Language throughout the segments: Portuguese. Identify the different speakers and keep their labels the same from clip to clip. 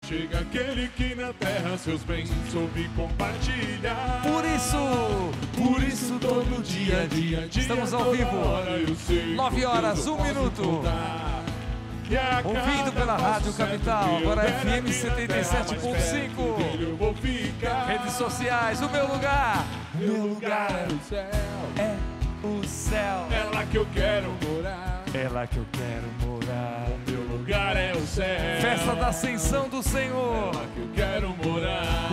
Speaker 1: Chega aquele que na terra seus bens soube compartilhar.
Speaker 2: Por isso todo dia, estamos ao vivo, 9 horas, 1 minuto. Ouvindo pela Rádio Capital, agora FM 77.5. Redes sociais, o meu lugar
Speaker 1: é o céu.
Speaker 2: é o céu.
Speaker 1: É lá que eu quero morar.
Speaker 2: É lá que eu quero morar.
Speaker 1: Meu lugar é o céu.
Speaker 2: Festa da Ascensão do Senhor.
Speaker 1: É lá que eu quero morar.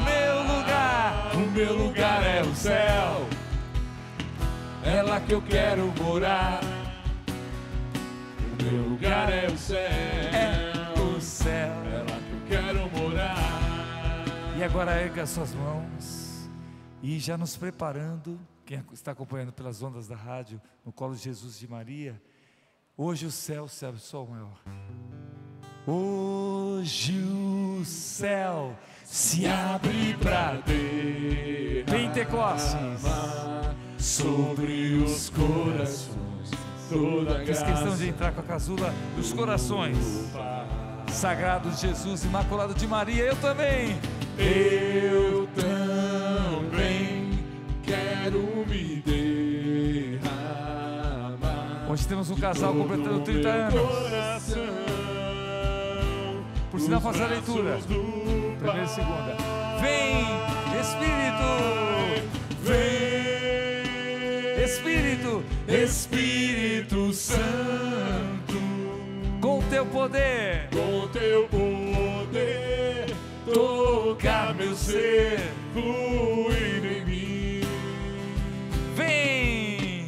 Speaker 2: O meu lugar
Speaker 1: é o céu. É lá que eu quero morar. O meu lugar é o céu.
Speaker 2: é o céu.
Speaker 1: É lá que eu quero morar.
Speaker 2: E agora erga as suas mãos e já nos preparando, quem está acompanhando pelas ondas da rádio, no colo de Jesus e de Maria, hoje o céu se abre, só maior. Hoje o céu se abre para Pentecostes
Speaker 1: sobre os corações. Toda
Speaker 2: Fiz questão de entrar com a casula dos corações sagrados de Jesus, imaculado de Maria. Eu também
Speaker 1: quero me derramar.
Speaker 2: Hoje temos um casal completando 30 anos. Por sinal, fazer a leitura primeira e segunda. Vem
Speaker 1: Espírito Santo,
Speaker 2: com teu poder,
Speaker 1: toca meu ser, fluir em mim.
Speaker 2: vem,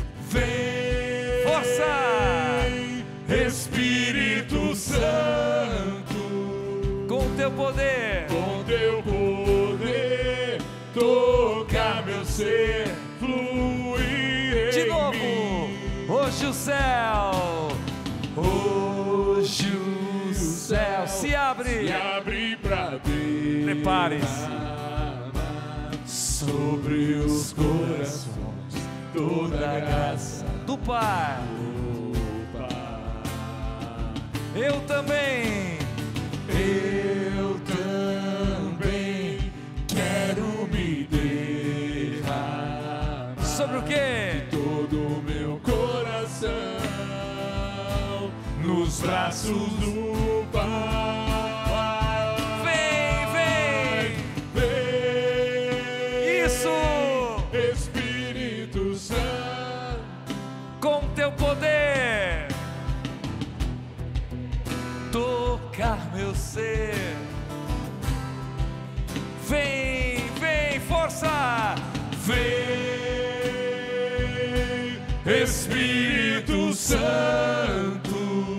Speaker 1: Força, Espírito Santo,
Speaker 2: com teu poder,
Speaker 1: toca meu ser, fluir
Speaker 2: de
Speaker 1: em
Speaker 2: novo.
Speaker 1: mim.
Speaker 2: Hoje o céu se abre
Speaker 1: pra Deus.
Speaker 2: Prepare-se.
Speaker 1: Sobre os corações toda a graça
Speaker 2: do Pai.
Speaker 1: do Pai.
Speaker 2: Eu também
Speaker 1: quero me derramar
Speaker 2: sobre o quê?
Speaker 1: todo o meu coração nos braços do Pai. Espírito Santo,
Speaker 2: Com teu poder tocar meu ser. Vem, força.
Speaker 1: Espírito Santo,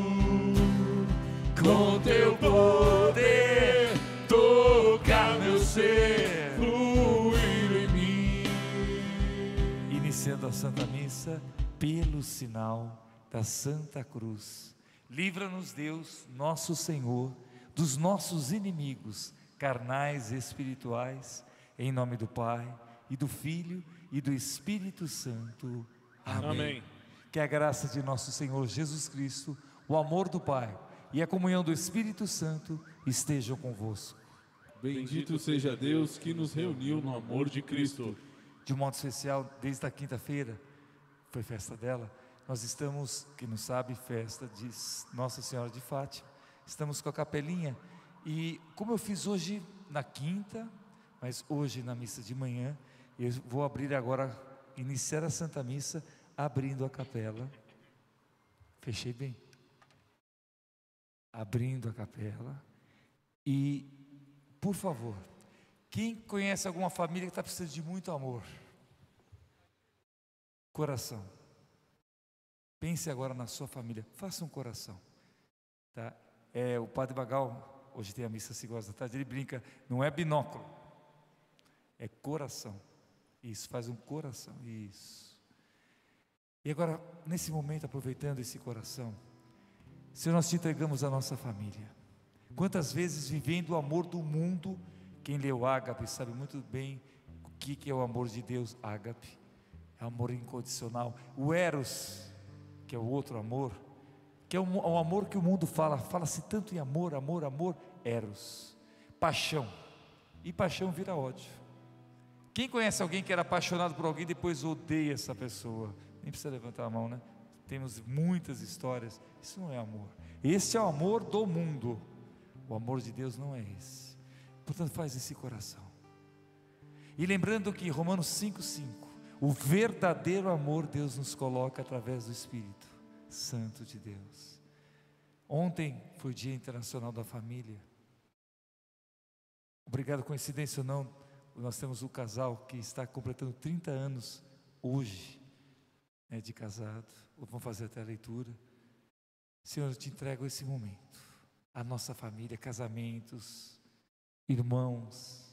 Speaker 1: com teu poder, tocar meu ser, fluir em mim.
Speaker 2: Iniciando a Santa Missa pelo sinal da Santa Cruz. Livra-nos, Deus, nosso Senhor, dos nossos inimigos carnais e espirituais, em nome do Pai, e do Filho, e do Espírito Santo. Amém. Que a graça de nosso Senhor Jesus Cristo, o amor do Pai e a comunhão do Espírito Santo estejam convosco.
Speaker 1: Bendito seja Deus que nos reuniu no amor de Cristo.
Speaker 2: De um modo especial, desde a quinta-feira, foi festa dela, nós estamos, quem não sabe, festa de Nossa Senhora de Fátima. Estamos com a capelinha e como eu fiz hoje na quinta, mas hoje na missa de manhã, eu vou abrir agora, iniciar a Santa Missa, abrindo a capela. Fechei bem. Abrindo a capela. E, por favor, quem conhece alguma família que está precisando de muito amor? Coração. Pense agora na sua família. Faça um coração. Tá? O Padre Magal, hoje tem a missa às 5 da tarde, ele brinca, não é binóculo, é coração. Isso, faz um coração. Isso. E agora, nesse momento, aproveitando esse coração, Senhor, nós te entregamos a nossa família. Quantas vezes, vivendo o amor do mundo, quem leu Ágape sabe muito bem o que é o amor de Deus. Ágape é amor incondicional. O Eros, que é o outro amor, que é um amor que o mundo fala-se tanto em amor, amor, amor, eros, paixão, e paixão vira ódio. Quem conhece alguém que era apaixonado por alguém e depois odeia essa pessoa? Nem precisa levantar a mão, né? Temos muitas histórias. Isso não é amor. Esse é o amor do mundo. O amor de Deus não é esse. Portanto, faz esse coração. E lembrando que Romanos 5,5, o verdadeiro amor Deus nos coloca através do Espírito Santo de Deus. Ontem foi o Dia Internacional da Família. Obrigado, coincidência ou não, nós temos um casal que está completando 30 anos hoje, de casado. Vamos fazer até a leitura. Senhor, eu te entrego esse momento, a nossa família, casamentos, irmãos.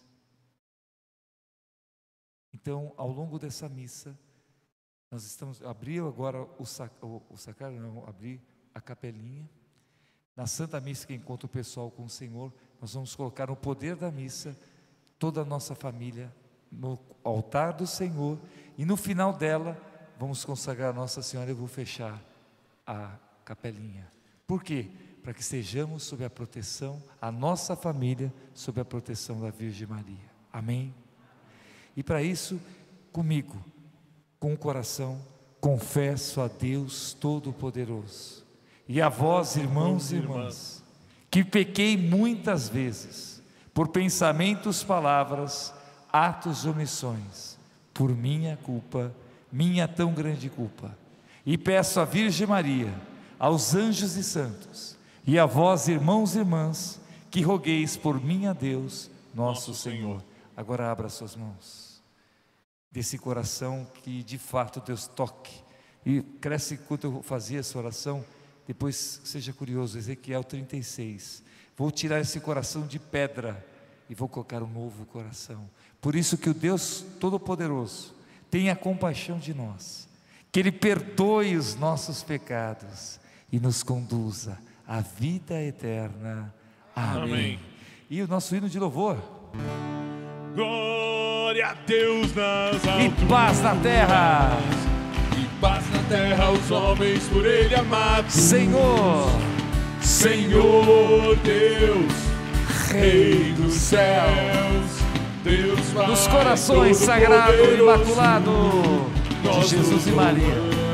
Speaker 2: Então, ao longo dessa missa, nós estamos, abriu agora o sacrário, não, abri a capelinha. Na Santa Missa que encontra o pessoal com o Senhor, nós vamos colocar no poder da missa toda a nossa família no altar do Senhor, e no final dela vamos consagrar a Nossa Senhora. Eu vou fechar a capelinha. Por quê? Para que estejamos sob a proteção, a nossa família sob a proteção da Virgem Maria. Amém? E para isso, comigo, com o coração, confesso a Deus Todo-Poderoso e a vós, irmãos e irmãs, que pequei muitas vezes, por pensamentos, palavras, atos e omissões, por minha culpa, minha tão grande culpa. E peço à Virgem Maria, aos anjos e santos, e a vós, irmãos e irmãs, que rogueis por mim a Deus, nosso Senhor. Agora abra suas mãos, desse coração que de fato Deus toque, e cresce enquanto eu fazia essa oração. Depois seja curioso, Ezequiel 36, vou tirar esse coração de pedra e vou colocar um novo coração. Por isso que o Deus Todo-Poderoso tenha compaixão de nós, que Ele perdoe os nossos pecados e nos conduza à vida eterna. Amém.
Speaker 1: Amém.
Speaker 2: E o nosso hino de louvor:
Speaker 1: glória a Deus nas alturas,
Speaker 2: e paz na terra,
Speaker 1: e paz na terra aos homens por Ele amados.
Speaker 2: Senhor,
Speaker 1: Senhor Deus,
Speaker 2: Rei dos céus,
Speaker 1: Deus Pai,
Speaker 2: nos corações sagrado e imaculado de Jesus e Maria,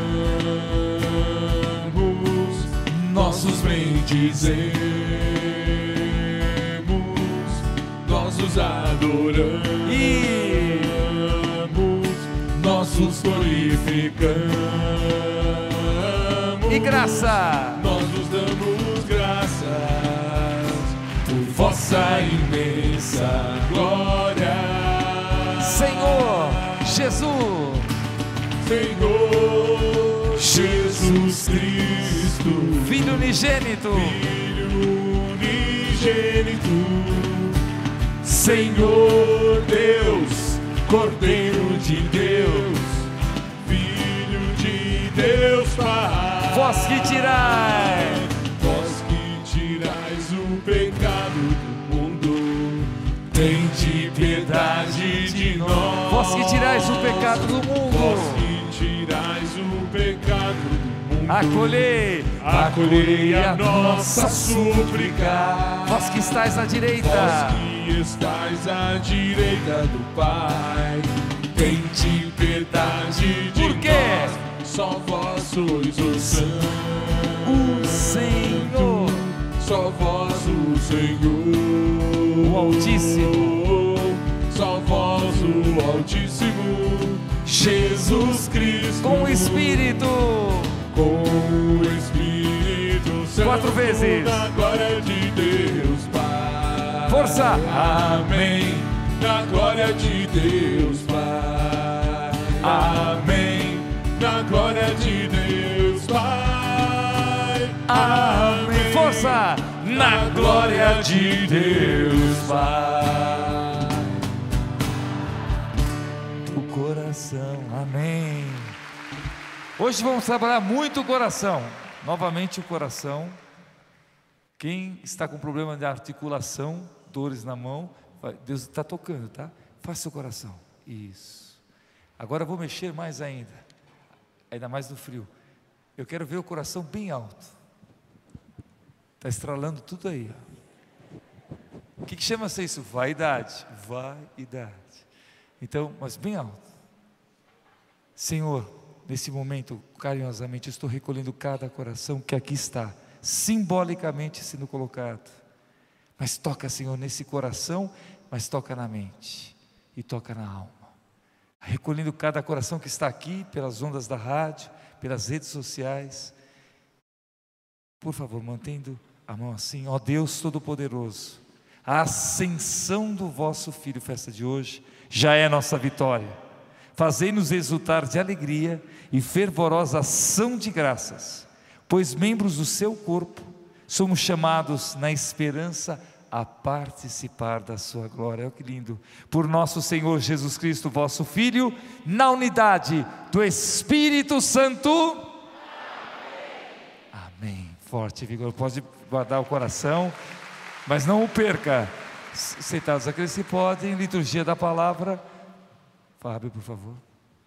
Speaker 1: nossos bendizemos, nós os adoramos
Speaker 2: e
Speaker 1: nós os glorificamos,
Speaker 2: e graça,
Speaker 1: nós os damos graças por vossa imensa glória.
Speaker 2: Senhor Jesus,
Speaker 1: Senhor Jesus Cristo,
Speaker 2: Filho unigênito,
Speaker 1: Filho unigênito, Senhor Deus, Cordeiro de Deus, Filho de Deus Pai,
Speaker 2: vós que tirais
Speaker 1: o pecado do mundo, tende piedade de nós.
Speaker 2: vós que tirais o pecado do mundo,
Speaker 1: Vós que tirais o pecado do mundo,
Speaker 2: acolhei
Speaker 1: a nossa súplica.
Speaker 2: vós que estais na direita,
Speaker 1: Vós que estais à direita do Pai, tende piedade de
Speaker 2: Por quê?
Speaker 1: nós. Só vós sois o Santo,
Speaker 2: o Senhor,
Speaker 1: só vós o Senhor,
Speaker 2: o Altíssimo,
Speaker 1: só vós o Altíssimo, Jesus Cristo,
Speaker 2: com o Espírito,
Speaker 1: Santo,
Speaker 2: 4 vezes,
Speaker 1: na glória de Deus Pai.
Speaker 2: Força!
Speaker 1: Amém, na glória de Deus Pai. Amém, na glória de Deus Pai. Amém,
Speaker 2: força!
Speaker 1: na glória de Deus Pai.
Speaker 2: O coração, amém. Hoje vamos trabalhar muito o coração. Novamente o coração. Quem está com problema de articulação, dores na mão, Deus está tocando, tá? Faça o coração. Isso. Agora eu vou mexer mais ainda mais no frio. Eu quero ver o coração bem alto. Está estralando tudo aí, ó. O que chama-se isso? Vaidade. Vaidade. Então, mas bem alto. Senhor, nesse momento, carinhosamente, eu estou recolhendo cada coração que aqui está, simbolicamente sendo colocado. Mas toca, Senhor, nesse coração, mas toca na mente e toca na alma. Recolhendo cada coração que está aqui, pelas ondas da rádio, pelas redes sociais. Por favor, mantendo a mão assim. Ó Deus Todo-Poderoso, a ascensão do vosso Filho, festa de hoje, já é nossa vitória. Fazei-nos exultar de alegria e fervorosa ação de graças, pois membros do seu corpo, somos chamados na esperança a participar da sua glória. Olha que lindo. Por nosso Senhor Jesus Cristo, vosso Filho, na unidade do Espírito Santo. Amém. Forte vigor. Pode guardar o coração, mas não o perca. Sentados aqueles que podem, liturgia da palavra. Fábio, por favor.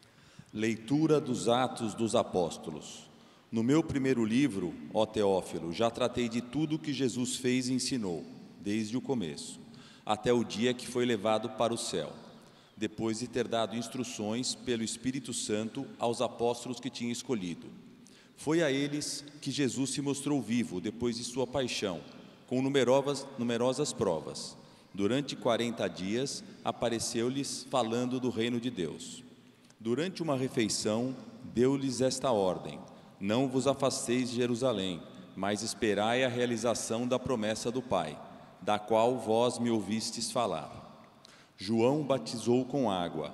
Speaker 3: Leitura dos Atos dos Apóstolos. No meu primeiro livro, ó Teófilo, já tratei de tudo que Jesus fez e ensinou, desde o começo, até o dia que foi levado para o céu, depois de ter dado instruções pelo Espírito Santo aos apóstolos que tinha escolhido. Foi a eles que Jesus se mostrou vivo depois de sua paixão, com numerosas provas. Durante 40 dias, apareceu-lhes falando do reino de Deus. Durante uma refeição, deu-lhes esta ordem: não vos afasteis de Jerusalém, mas esperai a realização da promessa do Pai, da qual vós me ouvistes falar. João batizou com água.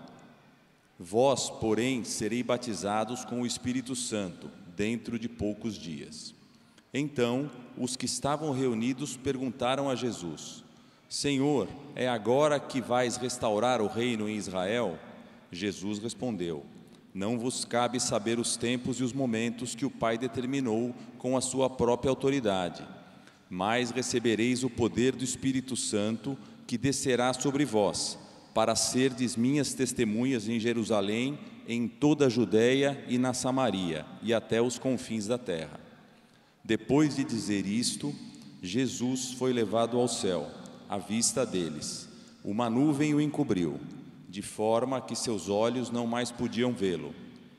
Speaker 3: Vós, porém, sereis batizados com o Espírito Santo, dentro de poucos dias. Então, os que estavam reunidos perguntaram a Jesus: Senhor, é agora que vais restaurar o reino em Israel? Jesus respondeu: não vos cabe saber os tempos e os momentos que o Pai determinou com a sua própria autoridade, mas recebereis o poder do Espírito Santo, que descerá sobre vós, para serdes minhas testemunhas em Jerusalém, em toda a Judeia e na Samaria, e até os confins da terra. Depois de dizer isto, Jesus foi levado ao céu, à vista deles. Uma nuvem o encobriu, de forma que seus olhos não mais podiam vê-lo.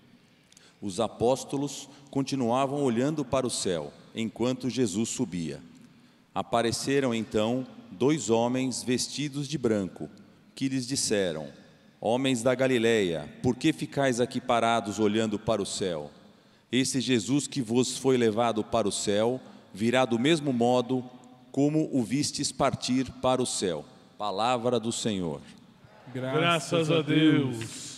Speaker 3: Os apóstolos continuavam olhando para o céu, enquanto Jesus subia. Apareceram então 2 homens vestidos de branco, que lhes disseram: homens da Galileia, por que ficais aqui parados olhando para o céu? Esse Jesus que vos foi levado para o céu, virá do mesmo modo como o vistes partir para o céu. Palavra do Senhor.
Speaker 1: Graças a Deus.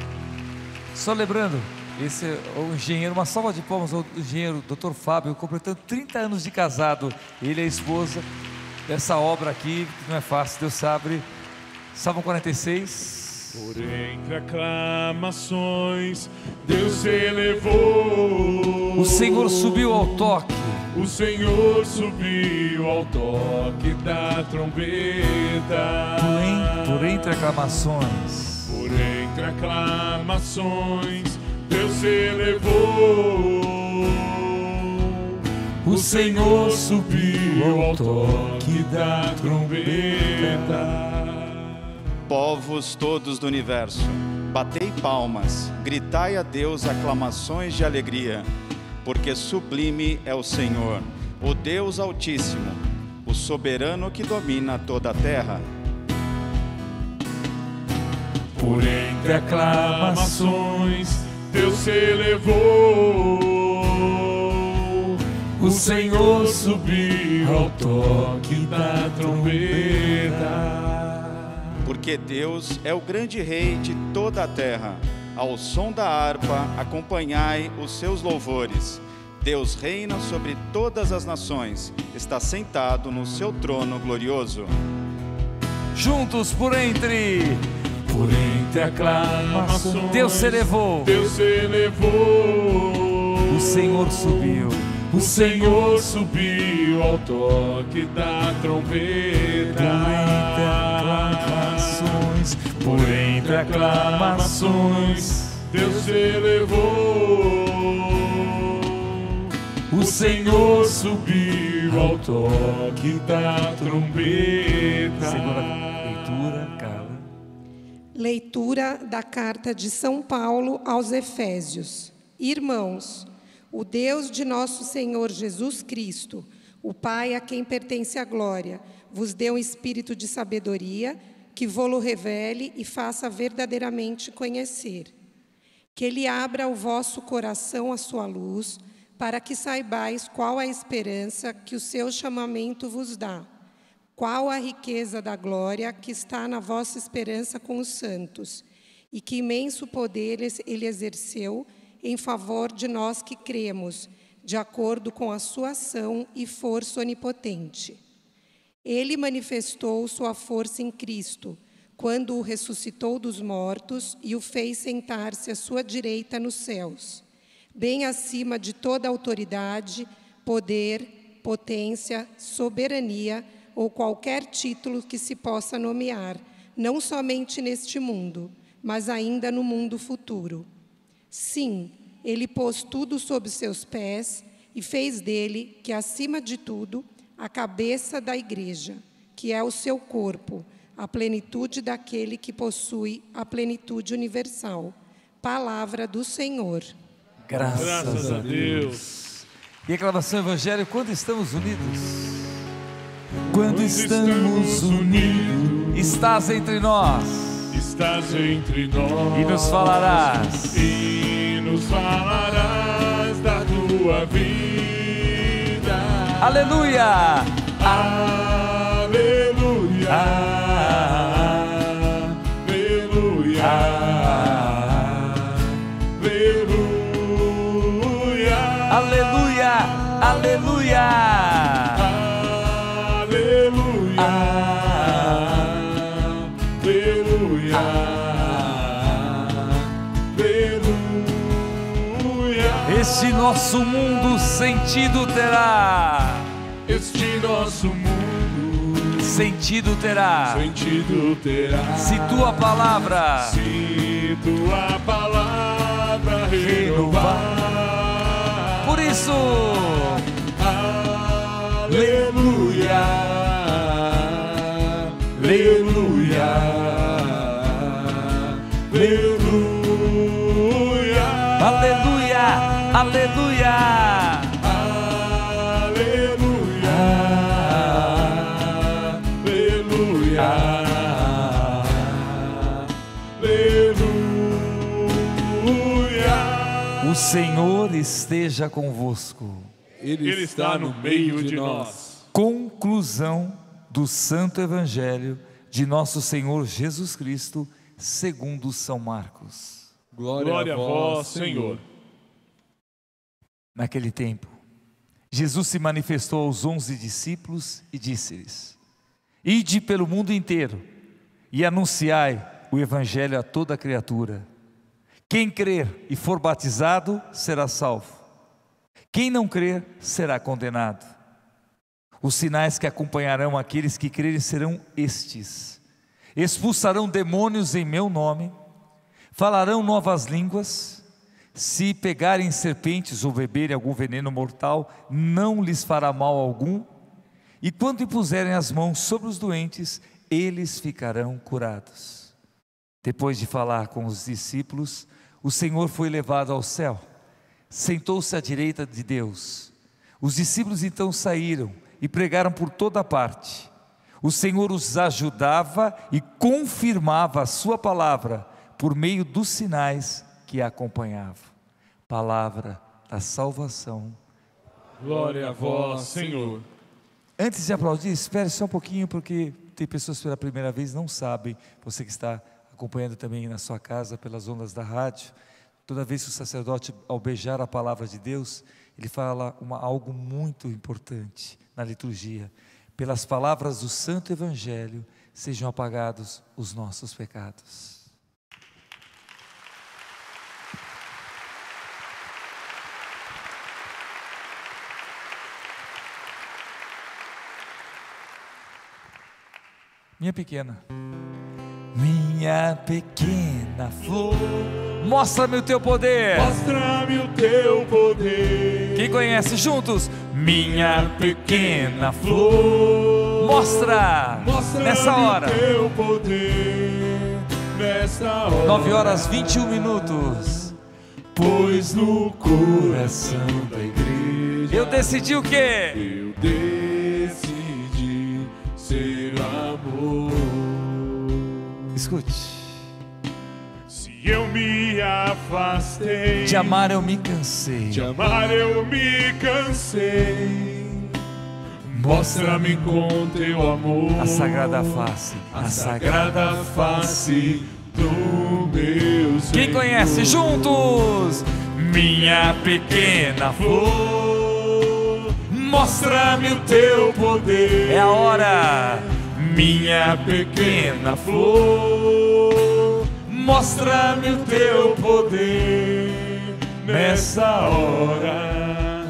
Speaker 2: Só lembrando, esse é o engenheiro, uma salva de palmas ao engenheiro Dr. Fábio, completando 30 anos de casado, ele e a esposa, dessa obra aqui, que não é fácil, Deus sabe. Salmo 46.
Speaker 1: Por entre aclamações, Deus se elevou.
Speaker 2: O Senhor subiu ao toque.
Speaker 1: O Senhor subiu ao toque da trombeta.
Speaker 2: Por entre aclamações.
Speaker 1: Por entre aclamações, Deus se elevou. O Senhor subiu ao toque da trombeta.
Speaker 4: Povos todos do universo, batei palmas, gritai a Deus aclamações de alegria, porque sublime é o Senhor, o Deus Altíssimo, o soberano que domina toda a terra.
Speaker 1: Por entre aclamações, Deus se elevou. O Senhor subiu ao toque da trombeta.
Speaker 4: Porque Deus é o grande rei de toda a terra. Ao som da harpa, acompanhai os seus louvores. Deus reina sobre todas as nações, está sentado no seu trono glorioso.
Speaker 2: Juntos por entre aclamações, Deus se elevou.
Speaker 1: Deus se elevou.
Speaker 2: O Senhor subiu.
Speaker 1: O Senhor subiu ao toque da trombeta. Por entre aclamações, Deus se elevou.
Speaker 2: O
Speaker 1: o Senhor subiu ao toque da trombeta.
Speaker 2: Segunda leitura, Carla.
Speaker 5: Leitura da carta de São Paulo aos Efésios. Irmãos, o Deus de nosso Senhor Jesus Cristo, o Pai a quem pertence a glória, vos dê um espírito de sabedoria, que vô-lo revele e faça verdadeiramente conhecer. Que Ele abra o vosso coração à sua luz, para que saibais qual a esperança que o seu chamamento vos dá, qual a riqueza da glória que está na vossa esperança com os santos, e que imenso poder Ele exerceu em favor de nós que cremos, de acordo com a sua ação e força onipotente. Ele manifestou sua força em Cristo, quando o ressuscitou dos mortos e o fez sentar-se à sua direita nos céus, bem acima de toda autoridade, poder, potência, soberania ou qualquer título que se possa nomear, não somente neste mundo, mas ainda no mundo futuro. Sim, Ele pôs tudo sob seus pés e fez dele, que acima de tudo, a cabeça da igreja, que é o seu corpo, a plenitude daquele que possui a plenitude universal. Palavra do Senhor.
Speaker 2: Graças a Deus. E aclamação Evangelho, quando estamos unidos? Quando estamos unidos, estás entre nós.
Speaker 1: Estás entre nós.
Speaker 2: E nos falarás.
Speaker 1: E nos falarás da tua vida.
Speaker 2: Aleluia!
Speaker 1: Aleluia! Aleluia! Aleluia!
Speaker 2: Aleluia! Aleluia!
Speaker 1: Aleluia! Aleluia!
Speaker 2: Este nosso mundo sentido terá.
Speaker 1: Este nosso mundo
Speaker 2: sentido terá.
Speaker 1: Sentido terá.
Speaker 2: Se tua palavra.
Speaker 1: Se tua palavra renovar.
Speaker 2: Por isso.
Speaker 1: Aleluia. Aleluia. Aleluia.
Speaker 2: Aleluia. Aleluia. O Senhor esteja convosco.
Speaker 1: Ele está no meio de nós.
Speaker 2: Conclusão do Santo Evangelho de nosso Senhor Jesus Cristo, segundo São Marcos.
Speaker 1: Glória a vós, Senhor.
Speaker 2: Naquele tempo, Jesus se manifestou aos 11 discípulos e disse-lhes: Ide pelo mundo inteiro e anunciai o Evangelho a toda criatura. Quem crer e for batizado será salvo. Quem não crer será condenado. Os sinais que acompanharão aqueles que crerem serão estes: expulsarão demônios em meu nome, falarão novas línguas, se pegarem serpentes ou beberem algum veneno mortal, não lhes fará mal algum, e quando impuserem as mãos sobre os doentes, eles ficarão curados. Depois de falar com os discípulos, o Senhor foi levado ao céu, sentou-se à direita de Deus. Os discípulos então saíram e pregaram por toda parte. O Senhor os ajudava e confirmava a sua palavra por meio dos sinais que a acompanhavam. Palavra da salvação.
Speaker 1: Glória a vós, Senhor.
Speaker 2: Antes de aplaudir, espere só um pouquinho, porque tem pessoas que pela primeira vez não sabem, você que está acompanhando também na sua casa pelas ondas da rádio, toda vez que o sacerdote, ao beijar a palavra de Deus, ele fala algo muito importante na liturgia: pelas palavras do Santo Evangelho sejam apagados os nossos pecados. Minha pequena flor, mostra-me o teu poder.
Speaker 1: Mostra-me o teu poder.
Speaker 2: Quem conhece? Juntos. Minha pequena flor. Mostra nessa hora.
Speaker 1: Teu poder nessa hora.
Speaker 2: 9h21.
Speaker 1: Pois no coração da igreja
Speaker 2: Eu decidi o quê?
Speaker 1: eu decidi ser amor.
Speaker 2: Escute.
Speaker 1: Se eu me afastei
Speaker 2: De amar eu me cansei.
Speaker 1: de amar, eu me cansei. Mostra-me com teu amor
Speaker 2: A sagrada face.
Speaker 1: a sagrada face do meu Senhor.
Speaker 2: Quem conhece? Juntos. Minha pequena flor.
Speaker 1: Mostra-me o teu poder.
Speaker 2: É a hora. Minha
Speaker 1: Pequena flor, mostra-me o teu poder nessa hora,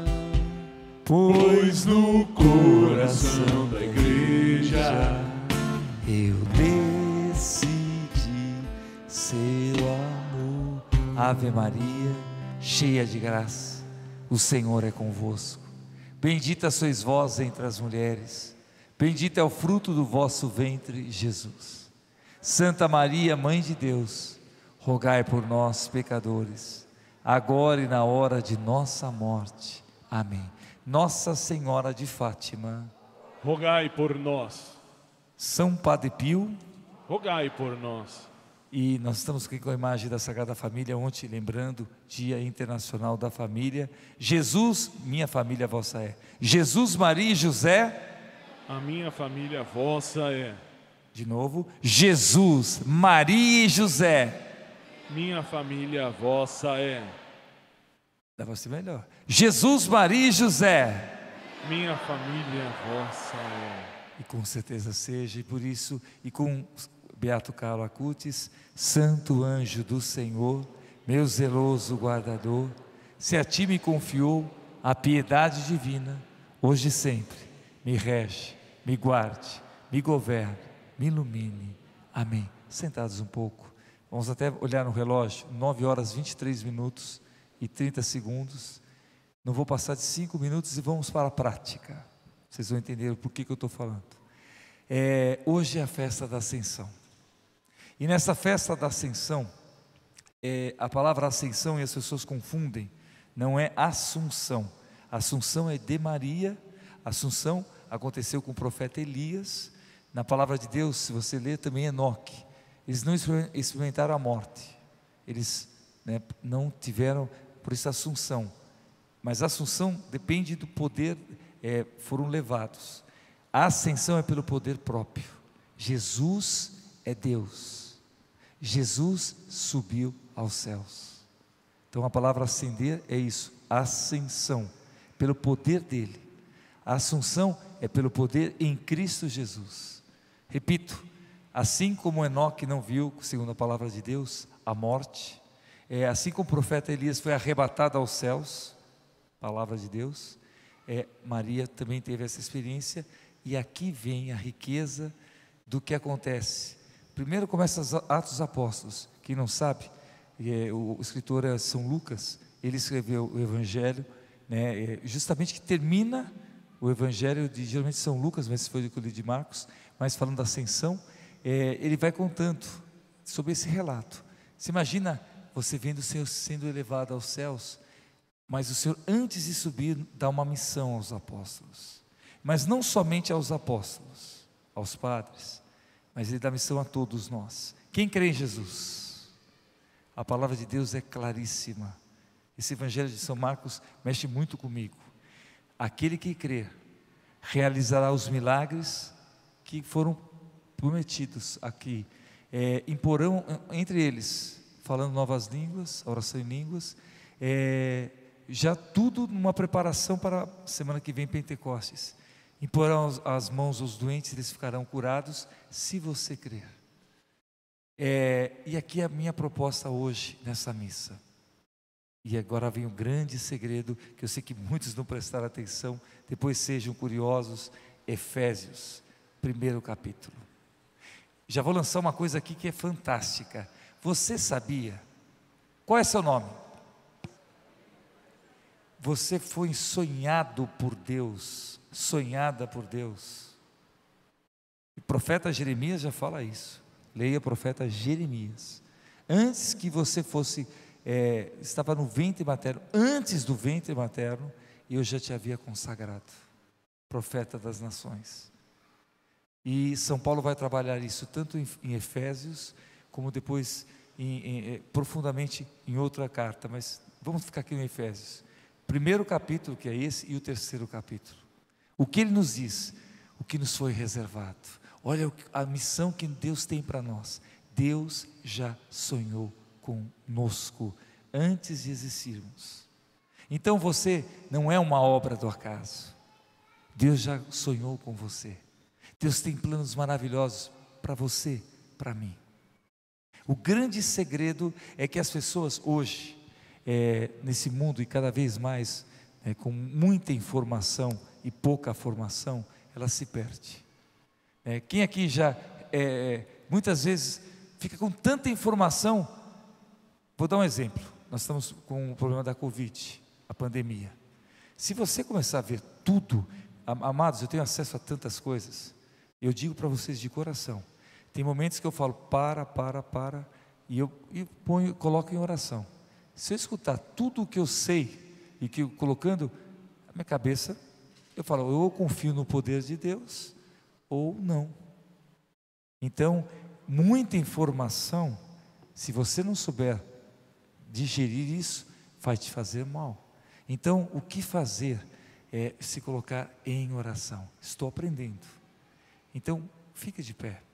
Speaker 1: pois no coração da igreja
Speaker 2: eu decidi ser o amor. Ave Maria, cheia de graça, o Senhor é convosco. Bendita sois vós entre as mulheres. Bendito é o fruto do vosso ventre, Jesus. Santa Maria, Mãe de Deus, rogai por nós, pecadores, agora e na hora de nossa morte. Amém. Nossa Senhora de Fátima,
Speaker 1: rogai por nós,
Speaker 2: São Padre Pio,
Speaker 1: rogai por nós.
Speaker 2: e nós estamos aqui com a imagem da Sagrada Família, ontem lembrando, Dia Internacional da Família. Jesus, minha família vossa é. Jesus, Maria e José.
Speaker 1: A minha família vossa é.
Speaker 2: De novo, Jesus, Maria e José.
Speaker 1: Minha família vossa é.
Speaker 2: Dá para ser melhor. Jesus, Maria e José.
Speaker 1: Minha família vossa é.
Speaker 2: E com certeza seja, e por isso, e com Beato Carlo Acutis, Santo anjo do Senhor, meu zeloso guardador, se a ti me confiou a piedade divina, hoje e sempre, me rege, me guarde, me governe, me ilumine. Amém. Sentados um pouco, vamos até olhar no relógio, 9h23:30. Não vou passar de 5 minutos e vamos para a prática. Vocês vão entender o porquê que eu estou falando. Hoje é a festa da Ascensão. E nessa festa da Ascensão, a palavra Ascensão, e as pessoas confundem, não é Assunção. Assunção é de Maria. Assunção aconteceu com o profeta Elias. Na palavra de Deus, se você ler também Enoque, eles não experimentaram a morte. Eles não tiveram, por isso Assunção. Mas a Assunção depende do poder, foram levados. A ascensão é pelo poder próprio. Jesus é Deus. Jesus subiu aos céus. Então a palavra ascender é isso, ascensão, pelo poder dele. A assunção é pelo poder em Cristo Jesus. Repito, assim como Enoque não viu, segundo a palavra de Deus, a morte, assim como o profeta Elias foi arrebatado aos céus, palavra de Deus, Maria também teve essa experiência. E aqui vem a riqueza do que acontece. Primeiro começa os Atos dos Apóstolos. Quem não sabe, o escritor é São Lucas. Ele escreveu o Evangelho, justamente que termina o Evangelho de geralmente São Lucas, mas foi do de Marcos, mas falando da ascensão, ele vai contando sobre esse relato. Você imagina você vendo o Senhor sendo elevado aos céus, mas o Senhor, antes de subir, dá uma missão aos apóstolos. Mas não somente aos apóstolos, aos padres, mas Ele dá missão a todos nós. Quem crê em Jesus? A palavra de Deus é claríssima. Esse Evangelho de São Marcos mexe muito comigo. Aquele que crer realizará os milagres que foram prometidos aqui. Imporão entre eles, falando novas línguas, oração em línguas, já tudo numa preparação para a semana que vem, Pentecostes. Imporão as mãos aos doentes, eles ficarão curados, se você crer. E aqui é a minha proposta hoje, nessa missa. E agora vem o grande segredo, que eu sei que muitos não prestaram atenção, depois sejam curiosos. Efésios, 1º capítulo. Já vou lançar uma coisa aqui que é fantástica. Você sabia? Qual é seu nome? Você foi sonhado por Deus, sonhada por Deus. O profeta Jeremias já fala isso. Leia o profeta Jeremias. Antes que você fosse, estava no ventre materno, antes do ventre materno, eu já te havia consagrado, profeta das nações. E São Paulo vai trabalhar isso tanto em Efésios, como depois profundamente em outra carta, mas vamos ficar aqui em Efésios. Primeiro capítulo, que é esse, e o terceiro capítulo. O que ele nos diz? O que nos foi reservado. Olha a missão que Deus tem para nós. Deus já sonhou conosco antes de existirmos. Então você não é uma obra do acaso. Deus já sonhou com você. Deus tem planos maravilhosos para você, para mim. O grande segredo é que as pessoas hoje, nesse mundo e cada vez mais, com muita informação e pouca formação, ela se perde. Quem aqui já, muitas vezes, fica com tanta informação? Vou dar um exemplo. Nós estamos com o problema da Covid, a pandemia. Se você começar a ver tudo, amados, eu tenho acesso a tantas coisas, eu digo para vocês de coração, tem momentos que eu falo, e eu coloco em oração. Se eu escutar tudo o que eu sei, e que eu colocando na minha cabeça, eu falo, eu confio no poder de Deus, ou não. Então, muita informação, se você não souber digerir isso, vai te fazer mal. Então, o que fazer é se colocar em oração. Estou aprendendo. Então, fique de pé.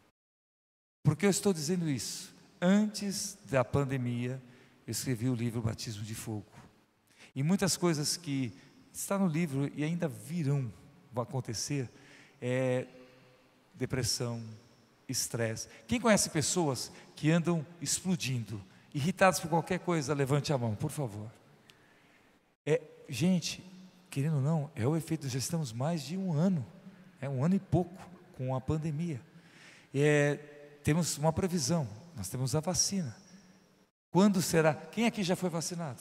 Speaker 2: Por que eu estou dizendo isso? Antes da pandemia, eu escrevi o livro Batismo de Fogo. E muitas coisas que estão no livro e ainda vão acontecer, depressão, estresse. Quem conhece pessoas que andam explodindo, irritadas por qualquer coisa, levante a mão, por favor. Gente, querendo ou não, é o efeito, já estamos mais de um ano, 1 ano e pouco com a pandemia. Temos uma previsão, nós temos a vacina. Quando será? Quem aqui já foi vacinado?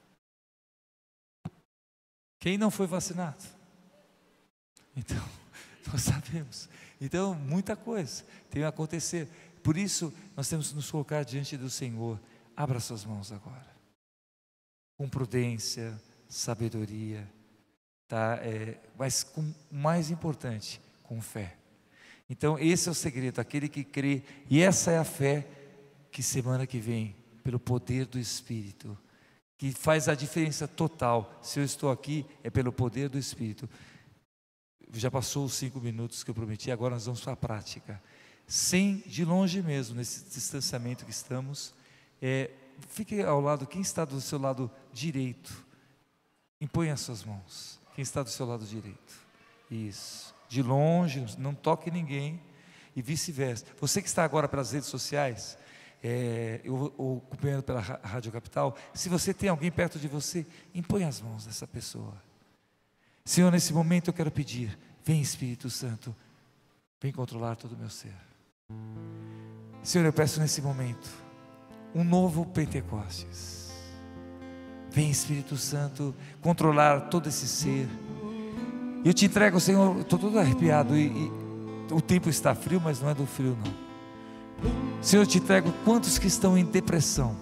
Speaker 2: Quem não foi vacinado? Então, nós sabemos. Então, muita coisa tem a acontecer. Por isso, nós temos que nos colocar diante do Senhor. Abra suas mãos agora. Com prudência, sabedoria, tá? Mas com o mais importante, com fé. Então, esse é o segredo, aquele que crê. E essa é a fé que semana que vem, pelo poder do Espírito, que faz a diferença total. Se eu estou aqui, é pelo poder do Espírito. Já passou os 5 minutos que eu prometi, agora nós vamos para a prática. De longe mesmo, nesse distanciamento que estamos, fique ao lado, quem está do seu lado direito, impõe as suas mãos. Quem está do seu lado direito? Isso. De longe, não toque ninguém, e vice-versa. Você que está agora pelas redes sociais, eu acompanhando pela Rádio Capital, se você tem alguém perto de você, impõe as mãos dessa pessoa. Senhor, nesse momento eu quero pedir, vem Espírito Santo, vem controlar todo o meu ser. Senhor, eu peço nesse momento, um novo Pentecostes. Vem Espírito Santo, controlar todo esse ser. Eu te entrego, Senhor, estou todo arrepiado e o tempo está frio, mas não é do frio não. Senhor, eu te entrego quantos que estão em depressão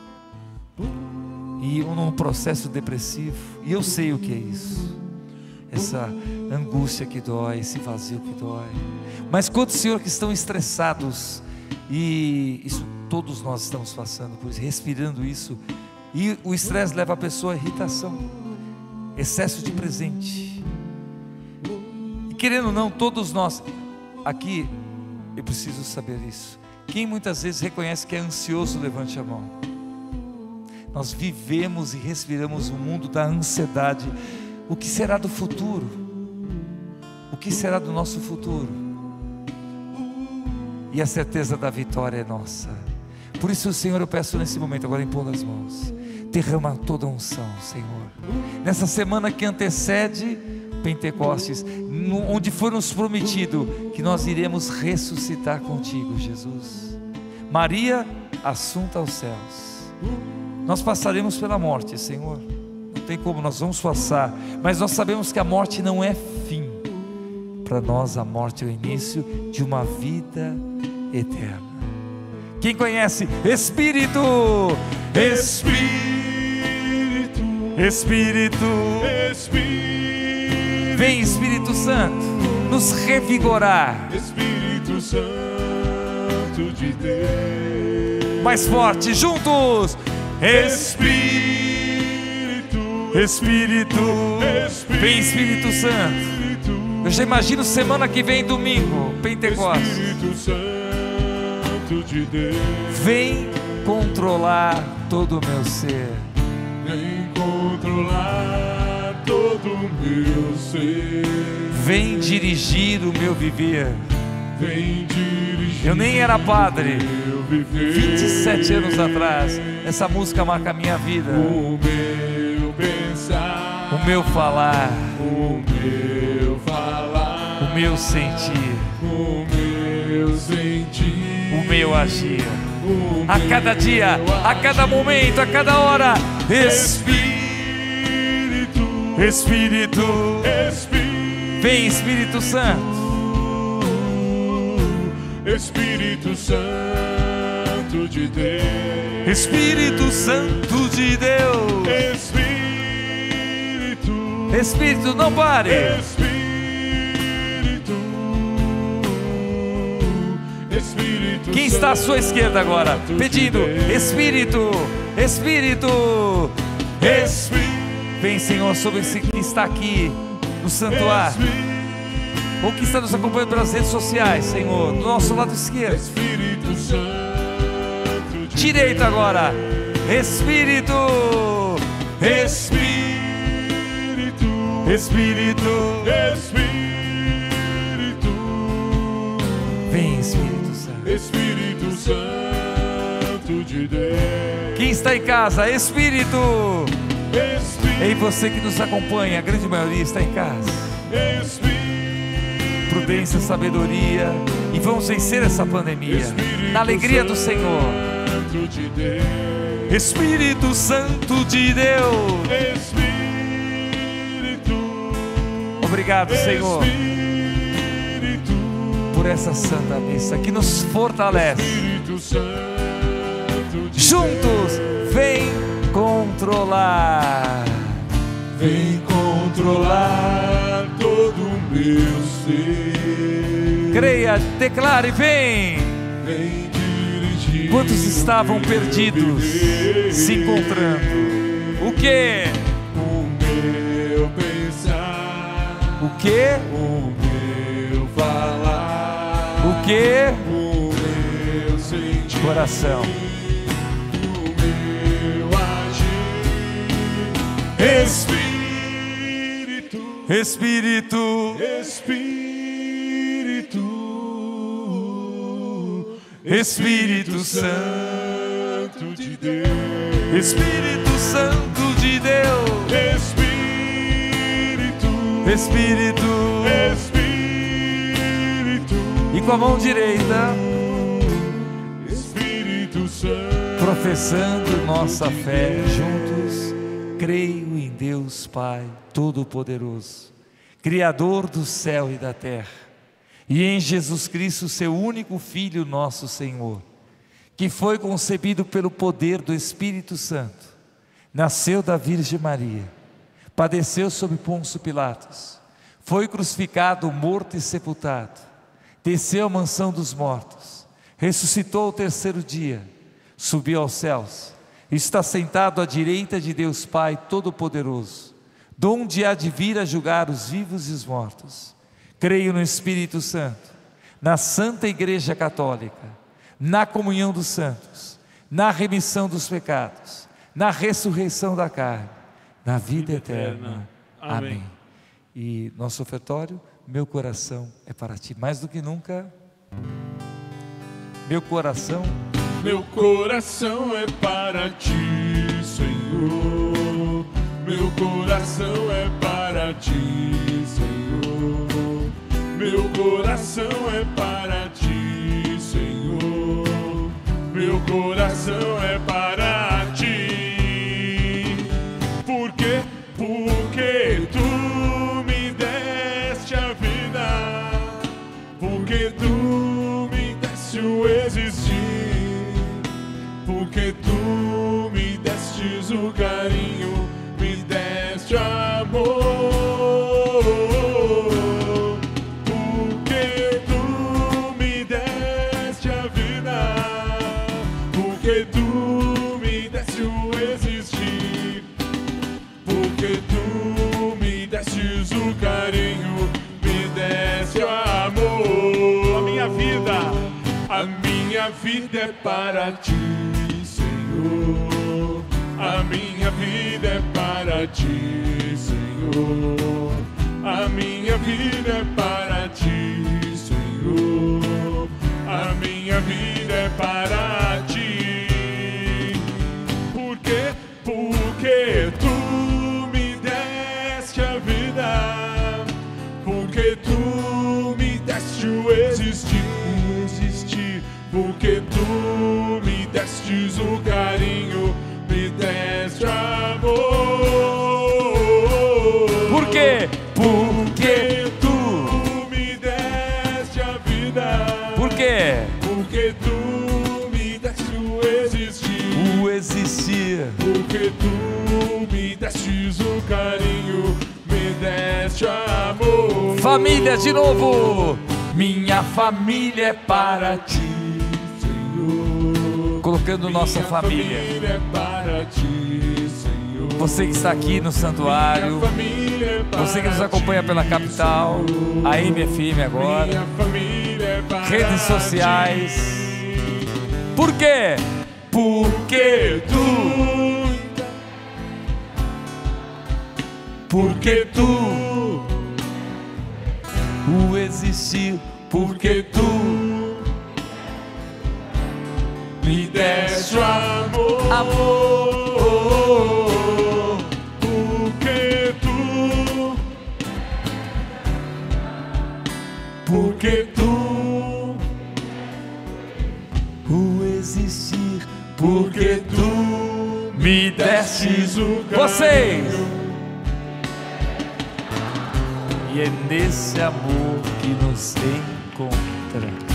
Speaker 2: e num processo depressivo, e eu sei o que é isso, essa angústia que dói, esse vazio que dói. Mas quantos, Senhor, que estão estressados, e isso todos nós estamos passando por isso, respirando isso, e o estresse leva a pessoa à irritação, excesso de presente, e querendo ou não, todos nós aqui, eu preciso saber isso. Quem muitas vezes reconhece que é ansioso, levante a mão. Nós vivemos e respiramos o mundo da ansiedade. O que será do futuro? O que será do nosso futuro? E a certeza da vitória é nossa. Por isso, Senhor, eu peço nesse momento, agora impondo as mãos, derrama toda a unção, Senhor. Nessa semana que antecede Pentecostes, onde foi nos prometido que nós iremos ressuscitar contigo, Jesus. Maria, assunta aos céus. Nós passaremos pela morte, Senhor, não tem como, nós vamos passar, mas nós sabemos que a morte não é fim. Para nós a morte é o início de uma vida eterna. Quem conhece? Espírito, Espírito, Espírito, Espírito. Vem, Espírito Santo, nos revigorar.
Speaker 1: Espírito Santo de Deus.
Speaker 2: Mais forte, juntos.
Speaker 1: Espírito,
Speaker 2: Espírito, vem, Espírito Santo. Eu já imagino semana que vem, domingo, Pentecostes.
Speaker 1: Espírito Santo de Deus.
Speaker 2: Vem controlar todo o meu ser.
Speaker 1: Vem controlar todo o meu ser.
Speaker 2: Vem dirigir o meu viver.
Speaker 1: Vem dirigir.
Speaker 2: Eu nem era padre.
Speaker 1: Meu viver.
Speaker 2: 27 anos atrás, essa música marca a minha vida.
Speaker 1: O meu pensar.
Speaker 2: O meu falar.
Speaker 1: O meu falar.
Speaker 2: O meu sentir.
Speaker 1: O meu sentir.
Speaker 2: O meu agir. A cada dia, a cada momento, a cada hora. Espírito, Espírito,
Speaker 1: Espírito.
Speaker 2: vem, Espírito Santo.
Speaker 1: Espírito Santo de Deus.
Speaker 2: Espírito Santo de Deus.
Speaker 1: Espírito.
Speaker 2: Espírito, não pare.
Speaker 1: Espírito.
Speaker 2: Quem está à sua esquerda agora? Pedindo, Espírito, Espírito, Espírito. Vem, Senhor, sobre esse que está aqui no santuário, ou que está nos acompanhando pelas redes sociais, Senhor, do nosso lado esquerdo.
Speaker 1: Espírito Santo de
Speaker 2: Direito agora. Espírito, Espírito, Espírito,
Speaker 1: Espírito.
Speaker 2: vem, Espírito Santo.
Speaker 1: Espírito Santo de Deus.
Speaker 2: Quem está em casa? Espírito.
Speaker 1: Espírito.
Speaker 2: Ei, você que nos acompanha, a grande maioria está em casa.
Speaker 1: Espírito.
Speaker 2: Prudência, sabedoria, e vamos vencer essa pandemia na alegria do Senhor.
Speaker 1: Santo de Deus.
Speaker 2: Espírito Santo de Deus.
Speaker 1: Espírito.
Speaker 2: Obrigado, Senhor,
Speaker 1: Espírito.
Speaker 2: por essa santa missa que nos fortalece.
Speaker 1: Espírito Santo de
Speaker 2: Juntos, vem controlar.
Speaker 1: Vem controlar todo o meu ser.
Speaker 2: Creia, declare, vem.
Speaker 1: Vem dirigir.
Speaker 2: Quantos estavam perdidos se encontrando? O que?
Speaker 1: O meu pensar.
Speaker 2: O que?
Speaker 1: O meu falar.
Speaker 2: O que?
Speaker 1: O meu sentir.
Speaker 2: Coração.
Speaker 1: O meu agir. Espírito.
Speaker 2: Espírito.
Speaker 1: Espírito.
Speaker 2: Espírito Santo.
Speaker 1: Santo de Deus.
Speaker 2: Espírito Santo de Deus.
Speaker 1: Espírito.
Speaker 2: Espírito.
Speaker 1: Espírito.
Speaker 2: E com a mão direita,
Speaker 1: Espírito Santo.
Speaker 2: professando nossa fé juntos, creio em Deus Pai Todo-Poderoso, Criador do céu e da terra, e em Jesus Cristo, seu único Filho, nosso Senhor, que foi concebido pelo poder do Espírito Santo, nasceu da Virgem Maria, padeceu sob Pôncio Pilatos, foi crucificado, morto e sepultado, desceu à mansão dos mortos, ressuscitou ao terceiro dia, subiu aos céus, está sentado à direita de Deus Pai Todo-Poderoso, donde há de vir a julgar os vivos e os mortos. Creio no Espírito Santo, na Santa Igreja Católica, na comunhão dos santos, na remissão dos pecados, na ressurreição da carne, na vida eterna. Amém. E nosso ofertório, meu coração é para ti, mais do que nunca. Meu coração
Speaker 1: é para ti, Senhor. Meu coração é para ti, Senhor. Meu coração é para ti, Senhor. Meu coração é para ti. Por quê? destes o carinho, me deste amor. Porque tu me deste a vida, porque tu me deste o existir, porque tu me destes o carinho, me deste o amor. A minha vida é para ti, Senhor. A minha vida é para ti, Senhor. A minha vida é para ti, Senhor. A minha vida é para ti. Porque tu me deste a vida, porque tu me deste o existir, porque tu me destes o carinho, me deste amor.
Speaker 2: Por quê?
Speaker 1: Porque tu me deste a vida.
Speaker 2: Por quê?
Speaker 1: Porque tu me deste o existir.
Speaker 2: O existir.
Speaker 1: Porque tu me destes o carinho, me deste amor.
Speaker 2: Família de novo. Minha família é para ti. Colocando nossa família.
Speaker 1: É para ti, Senhor.
Speaker 2: Você que está aqui no santuário, você que nos acompanha pela capital, a MFM agora, redes sociais. Por quê? Porque tu o existir, porque tu
Speaker 1: me deste o amor, porque tu
Speaker 2: o existir,
Speaker 1: porque tu
Speaker 2: me destes o vocês. E é nesse amor que nos encontramos.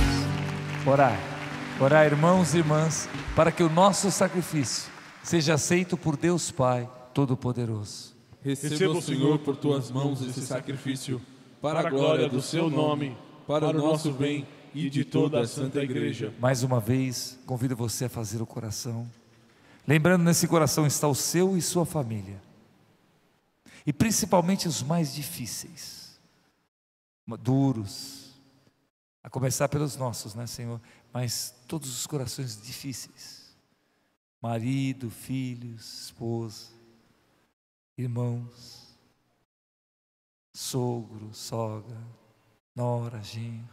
Speaker 2: Orar, irmãos e irmãs, para que o nosso sacrifício seja aceito por Deus Pai Todo-Poderoso.
Speaker 1: Receba, Senhor, por tuas mãos esse sacrifício, para a glória do seu nome, para o nosso bem e de toda a Santa Igreja.
Speaker 2: Mais uma vez, convido você a fazer o coração. Lembrando, nesse coração está o seu e sua família. E principalmente os mais difíceis, duros, a começar pelos nossos, né, Senhor? Mas todos os corações difíceis, marido, filhos, esposa, irmãos, sogro, sogra, nora, genro.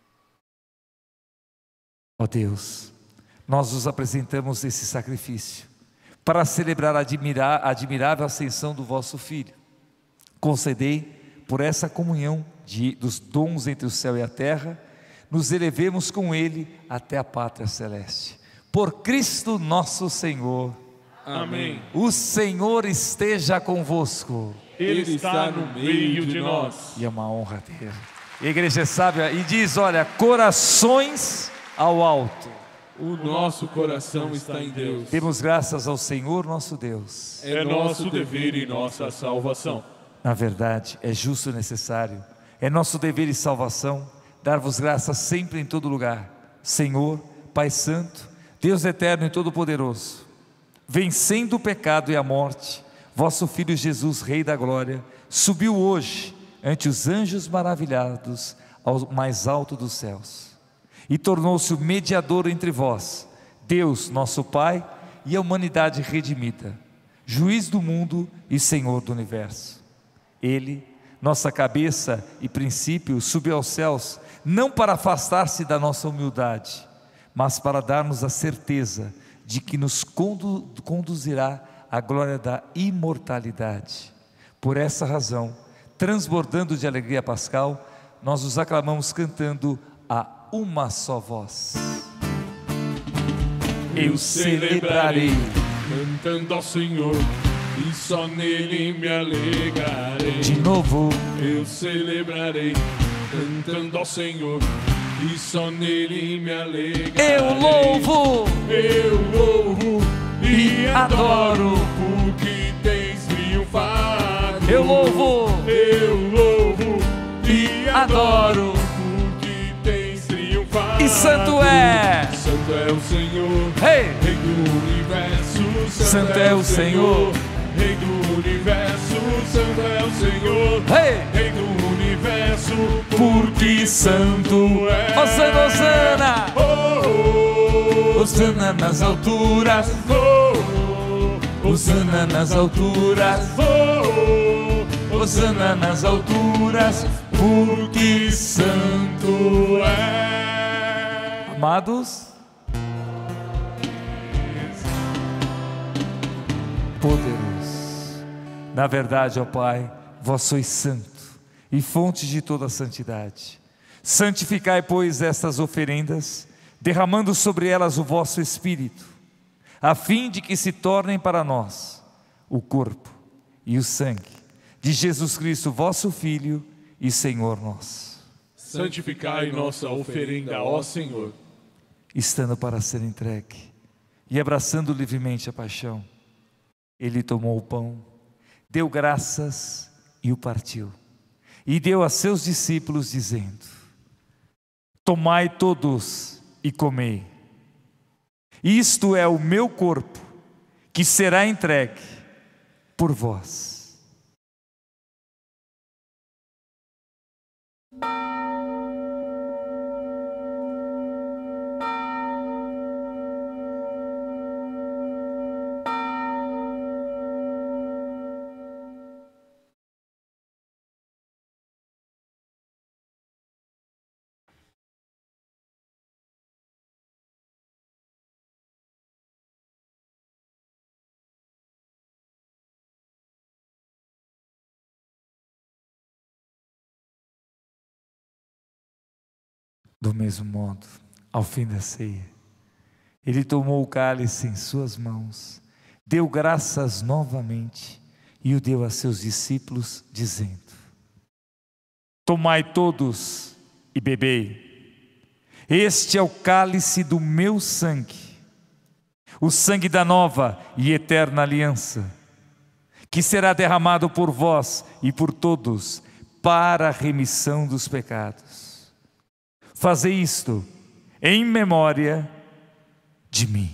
Speaker 2: Ó Deus, nós nos apresentamos esse sacrifício para celebrar a admirável ascensão do vosso Filho. Concedei, por essa comunhão dos dons entre o céu e a terra, nos elevemos com Ele até a pátria celeste. Por Cristo nosso Senhor.
Speaker 1: Amém.
Speaker 2: O Senhor esteja convosco.
Speaker 1: Ele está no meio de nós.
Speaker 2: E é uma honra ter. E a igreja é sábia e diz, olha, corações ao alto.
Speaker 1: O nosso coração está em Deus.
Speaker 2: Demos graças ao Senhor nosso Deus.
Speaker 1: É nosso dever e nossa salvação.
Speaker 2: Na verdade, é justo e necessário. É nosso dever e salvação dar-vos graças sempre em todo lugar. Senhor, Pai Santo, Deus eterno e todo-poderoso, vencendo o pecado e a morte, vosso Filho Jesus, Rei da Glória, subiu hoje ante os anjos maravilhados ao mais alto dos céus e tornou-se o mediador entre vós, Deus nosso Pai e a humanidade redimida, juiz do mundo e Senhor do universo. Ele, nossa cabeça e princípio, subiu aos céus, não para afastar-se da nossa humildade, mas para dar-nos a certeza de que nos conduzirá à glória da imortalidade. Por essa razão, transbordando de alegria pascal, nós os aclamamos cantando a uma só voz. Eu celebrarei,
Speaker 1: cantando ao Senhor, e só nele me alegrarei.
Speaker 2: De novo,
Speaker 1: eu celebrarei, cantando ao Senhor, e só nele me alegrarei.
Speaker 2: Eu louvo,
Speaker 1: e
Speaker 2: adoro,
Speaker 1: porque tens triunfado.
Speaker 2: eu louvo
Speaker 1: e
Speaker 2: adoro,
Speaker 1: porque tens triunfado.
Speaker 2: e santo é,
Speaker 1: Santo é o Senhor,
Speaker 2: Rei
Speaker 1: do universo.
Speaker 2: Santo é o Senhor,
Speaker 1: Rei do universo. Santo é o Senhor,
Speaker 2: Rei
Speaker 1: do universo.
Speaker 2: porque santo é. Osana, Osana, Osana nas alturas, Osana nas alturas, Osana nas alturas, porque santo é. Amados, poderoso, na verdade, ó Pai, vós sois santo e fonte de toda a santidade. Santificai, pois, estas oferendas, derramando sobre elas o vosso Espírito, a fim de que se tornem para nós o corpo e o sangue de Jesus Cristo, vosso Filho e Senhor nosso.
Speaker 1: Santificai nossa oferenda, ó Senhor.
Speaker 2: Estando para ser entregue e abraçando livremente a paixão, ele tomou o pão, deu graças e o partiu, e deu a seus discípulos, dizendo: tomai todos e comei, isto é o meu corpo, que será entregue por vós. Do mesmo modo, ao fim da ceia, ele tomou o cálice em suas mãos, deu graças novamente e o deu a seus discípulos, dizendo: tomai todos e bebei, este é o cálice do meu sangue, o sangue da nova e eterna aliança, que será derramado por vós e por todos para a remissão dos pecados. Fazei isto em memória de mim.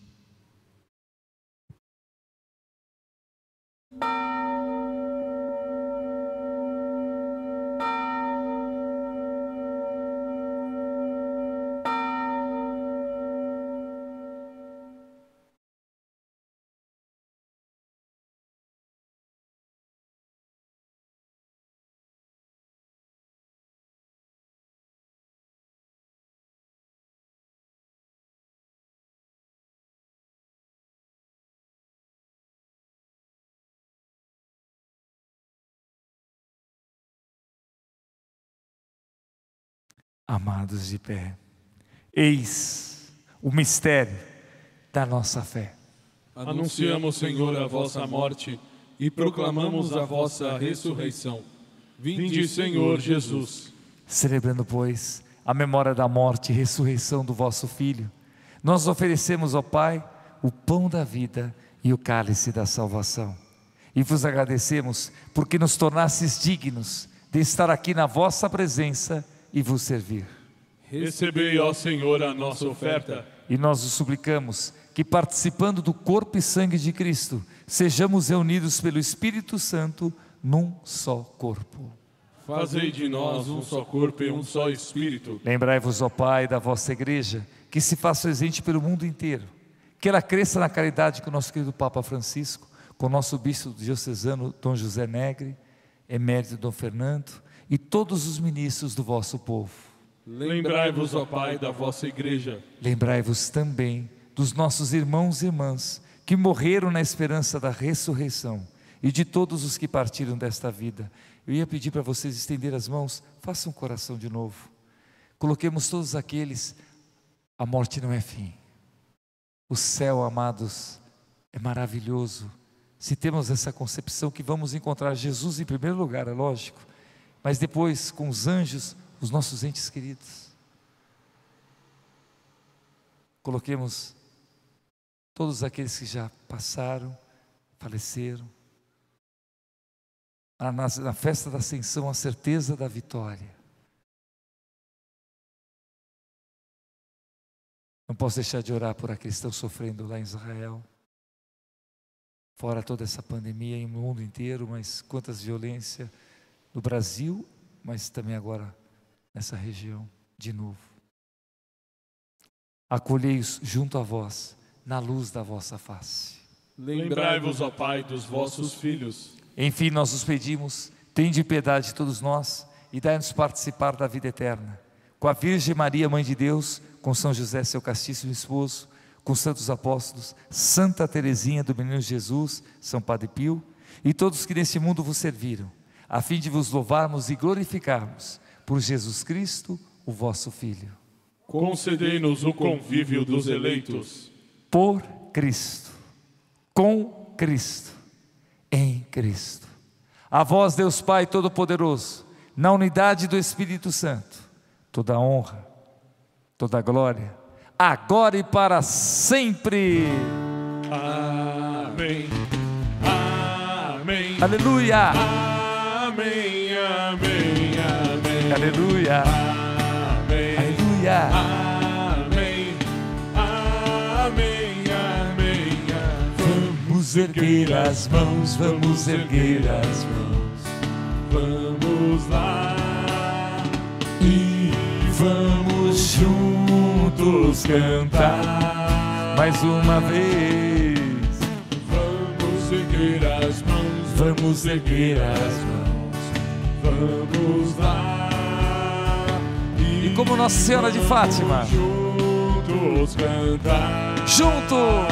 Speaker 2: Amados de pé, eis o mistério da nossa fé.
Speaker 1: Anunciamos, Senhor, a vossa morte e proclamamos a vossa ressurreição. Vinde, Senhor Jesus.
Speaker 2: Celebrando, pois, a memória da morte e ressurreição do vosso Filho, nós oferecemos ao Pai o pão da vida e o cálice da salvação. E vos agradecemos porque nos tornastes dignos de estar aqui na vossa presença e vos servir.
Speaker 1: Recebei, ó Senhor, a nossa oferta.
Speaker 2: E nós os suplicamos que, participando do corpo e sangue de Cristo, sejamos reunidos pelo Espírito Santo num só corpo.
Speaker 1: Fazei de nós um só corpo e um só Espírito.
Speaker 2: Lembrai-vos, ó Pai, da vossa Igreja, que se faz presente pelo mundo inteiro, que ela cresça na caridade com o nosso querido Papa Francisco, com o nosso bispo diocesano Dom José Negre, emérito Dom Fernando, e todos os ministros do vosso povo.
Speaker 1: Lembrai-vos, ó Pai, da vossa Igreja.
Speaker 2: Lembrai-vos também dos nossos irmãos e irmãs que morreram na esperança da ressurreição e de todos os que partiram desta vida. Eu ia pedir para vocês estender as mãos, façam um coração de novo. Coloquemos todos aqueles, a morte não é fim. O céu, amados, é maravilhoso. Se temos essa concepção que vamos encontrar Jesus em primeiro lugar, é lógico, mas depois com os anjos, os nossos entes queridos. Coloquemos todos aqueles que já passaram, faleceram. Na festa da Ascensão, a certeza da vitória. Não posso deixar de orar por aqueles que estão sofrendo lá em Israel, fora toda essa pandemia no mundo inteiro, mas quantas violências no Brasil, mas também agora nessa região, de novo. Acolhei-os junto a vós, na luz da vossa face.
Speaker 1: Lembrai-vos, ó Pai, dos vossos filhos.
Speaker 2: Enfim, nós os pedimos, tende piedade de todos nós e dai-nos participar da vida eterna. Com a Virgem Maria, Mãe de Deus, com São José, seu castíssimo esposo, com os santos apóstolos, Santa Teresinha do Menino Jesus, São Padre Pio, e todos que neste mundo vos serviram, a fim de vos louvarmos e glorificarmos por Jesus Cristo, o vosso Filho.
Speaker 1: Concedei-nos o convívio dos eleitos.
Speaker 2: Por Cristo, com Cristo, em Cristo. A vós, Deus Pai Todo-Poderoso, na unidade do Espírito Santo, toda a honra, toda a glória, agora e para sempre.
Speaker 1: Amém. Amém.
Speaker 2: Aleluia.
Speaker 1: Amém. Amém. Amém.
Speaker 2: Aleluia.
Speaker 1: Amém.
Speaker 2: Aleluia.
Speaker 1: Amém. Amém. Amém.
Speaker 2: Vamos erguer as mãos, vamos erguer as mãos.
Speaker 1: Vamos lá
Speaker 2: E vamos juntos cantar mais uma vez.
Speaker 1: vamos erguer as mãos.
Speaker 2: Vamos erguer as mãos.
Speaker 1: Vamos lá
Speaker 2: E como Nossa Senhora de Fátima,
Speaker 1: juntos cantar.
Speaker 2: junto.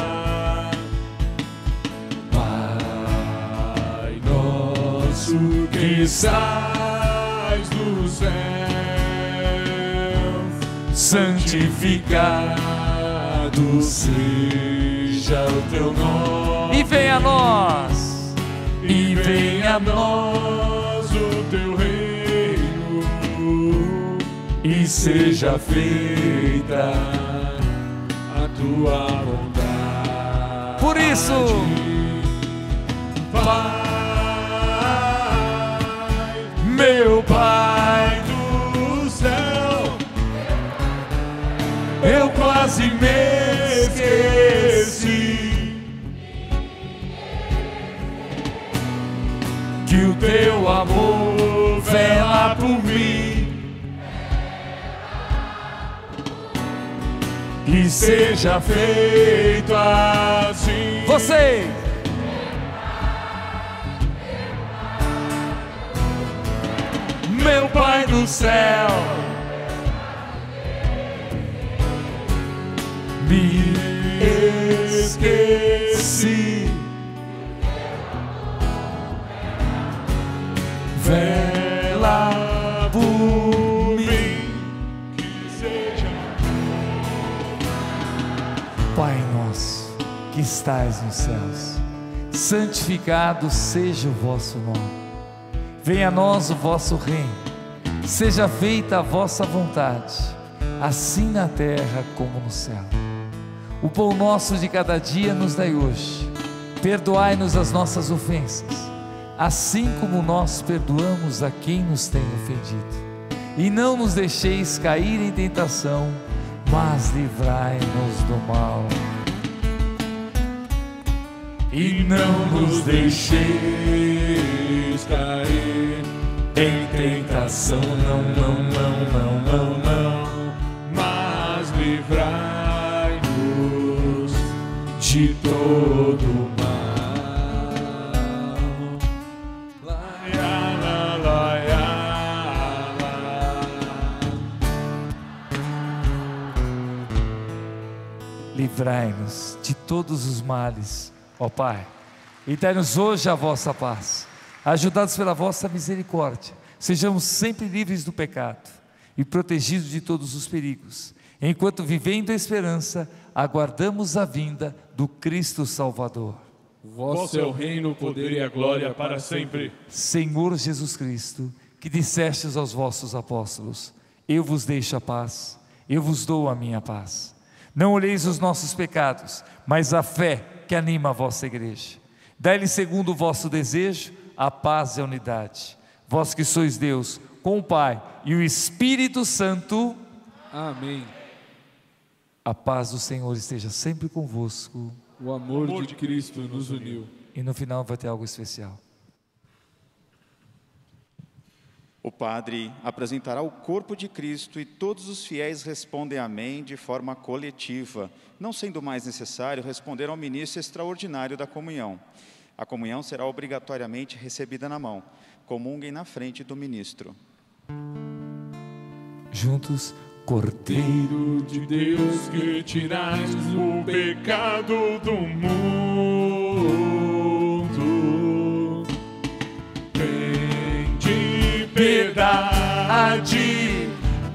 Speaker 1: Pai nosso que estás no céu,
Speaker 2: Santificado seja o teu nome. E venha a nós. E venha a nós
Speaker 1: o teu reino,
Speaker 2: e seja feita
Speaker 1: a tua vontade.
Speaker 2: Por isso,
Speaker 1: Pai,
Speaker 2: meu Pai
Speaker 1: do céu,
Speaker 2: eu quase me esqueci que o teu amor vela por mim. Que seja feito assim. Você, meu Pai do céu, me esqueci. Vela por mim.
Speaker 1: que seja
Speaker 2: Pai nosso, que estais nos céus, santificado seja o vosso nome. Venha a nós o vosso reino. Seja feita a vossa vontade, assim na terra como no céu. O pão nosso de cada dia nos dai hoje. Perdoai-nos as nossas ofensas, assim como nós perdoamos a quem nos tem ofendido. E não nos deixeis cair em tentação, mas livrai-nos do mal. E não nos deixeis
Speaker 1: cair
Speaker 2: em tentação, não, não, não, não, não, não,
Speaker 1: mas livrai-nos
Speaker 2: de todo o mal. Livrai-nos de todos os males, ó Pai, e dai-nos hoje a vossa paz. Ajudados pela vossa misericórdia, sejamos sempre livres do pecado e protegidos de todos os perigos, enquanto, vivendo a esperança, aguardamos a vinda do Cristo Salvador.
Speaker 1: Vosso é o reino, o poder e a glória para sempre.
Speaker 2: Senhor Jesus Cristo, que dissestes aos vossos apóstolos: eu vos deixo a paz, eu vos dou a minha paz. Não olheis os nossos pecados, mas a fé que anima a vossa igreja. Dai-lhe segundo o vosso desejo a paz e a unidade. Vós que sois Deus, com o Pai e o Espírito Santo.
Speaker 1: Amém.
Speaker 2: A paz do Senhor esteja sempre convosco.
Speaker 1: O amor de Cristo nos uniu.
Speaker 2: E no final vai ter algo especial.
Speaker 4: O padre apresentará o corpo de Cristo e todos os fiéis respondem amém de forma coletiva, não sendo mais necessário responder ao ministro extraordinário da comunhão. A comunhão será obrigatoriamente recebida na mão. Comunguem na frente do ministro.
Speaker 2: Juntos, Cordeiro
Speaker 1: de Deus, que tirais o pecado do mundo, tende piedade,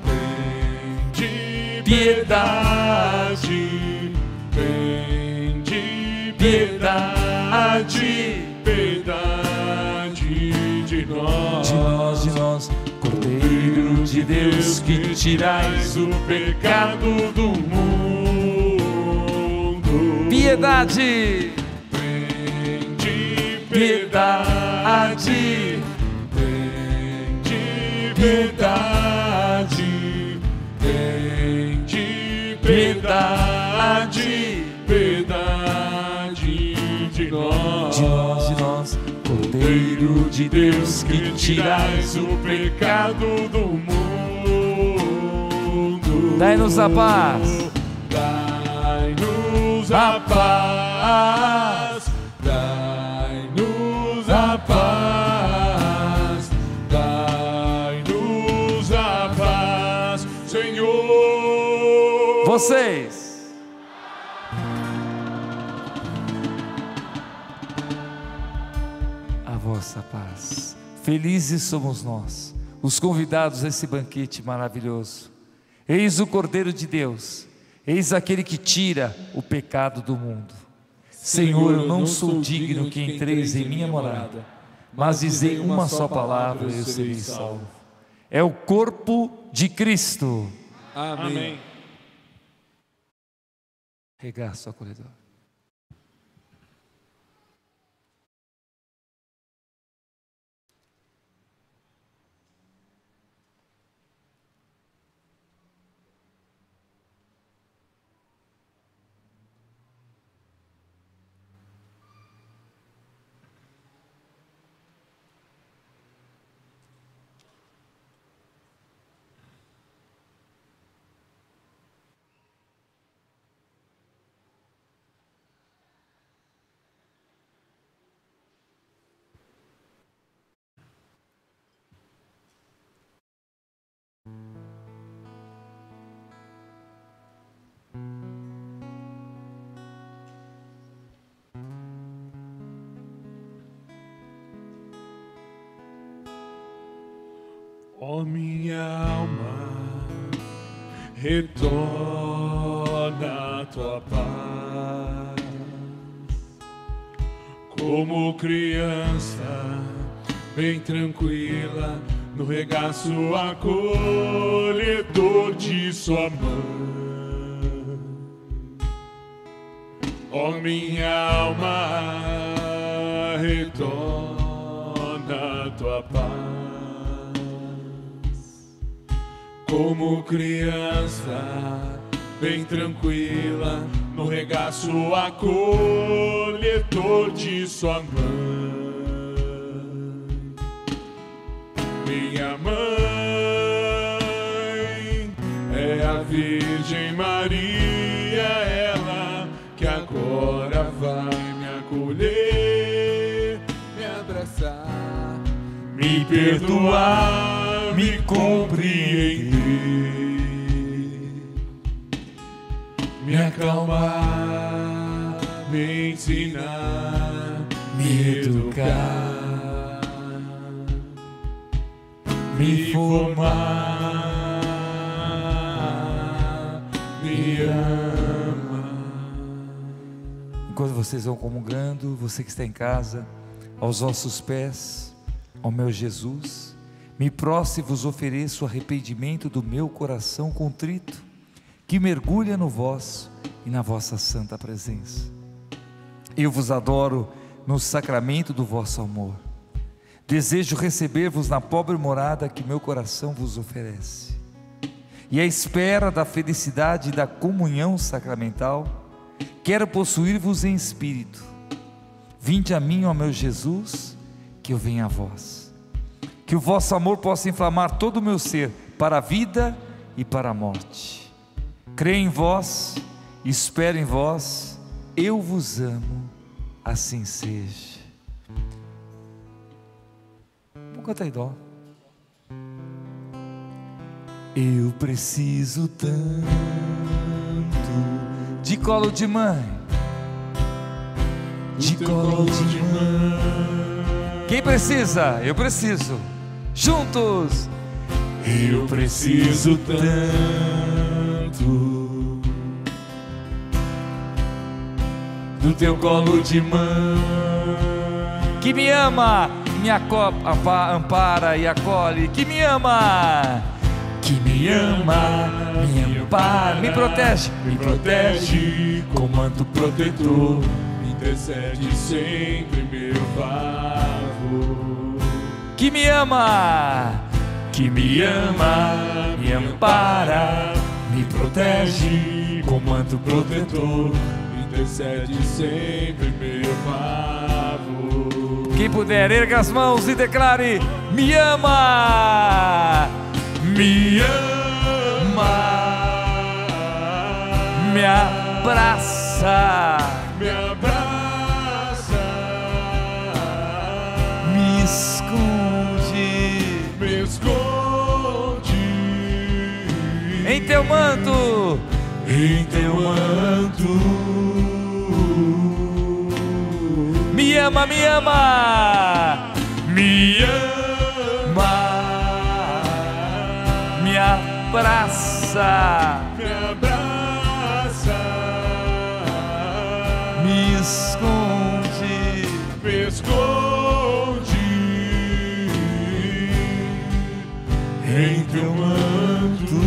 Speaker 1: tende piedade, tende piedade, piedade de nós,
Speaker 2: de nós, Cordeiro de Deus, que
Speaker 1: tirais o pecado do mundo.
Speaker 2: Piedade,
Speaker 1: tende piedade, tende piedade, tende piedade, piedade de nós,
Speaker 2: de nós, Cordeiro
Speaker 1: de Deus, que tirais o pecado do mundo.
Speaker 2: Dai-nos a paz,
Speaker 1: dai-nos a paz, dai-nos a paz, dai-nos a paz, Senhor.
Speaker 2: Vocês. A vossa paz. Felizes somos nós, os convidados a esse banquete maravilhoso. Eis o Cordeiro de Deus, eis aquele que tira o pecado do mundo. Senhor, eu não sou digno que entreis em minha morada, mas dizei uma só palavra e eu serei salvo. É o corpo de Cristo.
Speaker 1: Amém.
Speaker 2: Regaço o acolhedor.
Speaker 1: Ó minha alma, retorna a tua paz, como criança bem tranquila no regaço acolhedor de sua mãe. Ó minha alma, retorna a tua paz, como criança bem tranquila no regaço acolhedor de sua mãe. Minha mãe é a Virgem Maria, ela que agora vai me acolher, me abraçar, me perdoar, me compreender, me acalmar, me ensinar, me educar, me formar, me ama.
Speaker 2: Enquanto vocês vão comungando, você que está em casa, aos vossos pés, ó meu Jesus, me prostro e vos ofereço o arrependimento do meu coração contrito, que mergulha no vosso e na vossa santa presença. Eu vos adoro no sacramento do vosso amor. Desejo receber-vos na pobre morada que meu coração vos oferece. E à espera da felicidade e da comunhão sacramental, quero possuir-vos em espírito. Vinde a mim, ó meu Jesus, que eu venha a vós. Que o vosso amor possa inflamar todo o meu ser, para a vida e para a morte. Creio em vós, espero em vós, eu vos amo, assim seja. Vamos cantar em dó. Eu preciso tanto de colo de mãe, de colo de mãe. Quem precisa? Eu preciso. Juntos. Eu preciso tanto do teu colo de mãe, que me ama, me ampara e acolhe, que me ama, me ampara, me protege com manto protetor,
Speaker 1: me intercede sempre meu favor.
Speaker 2: Que me ama, me ampara, me protege com manto protetor,
Speaker 1: me intercede sempre meu favor.
Speaker 2: Quem puder, erga as mãos e declare: me ama, me abraça, me esconde em teu manto, me ama, me abraça, me esconde em teu manto.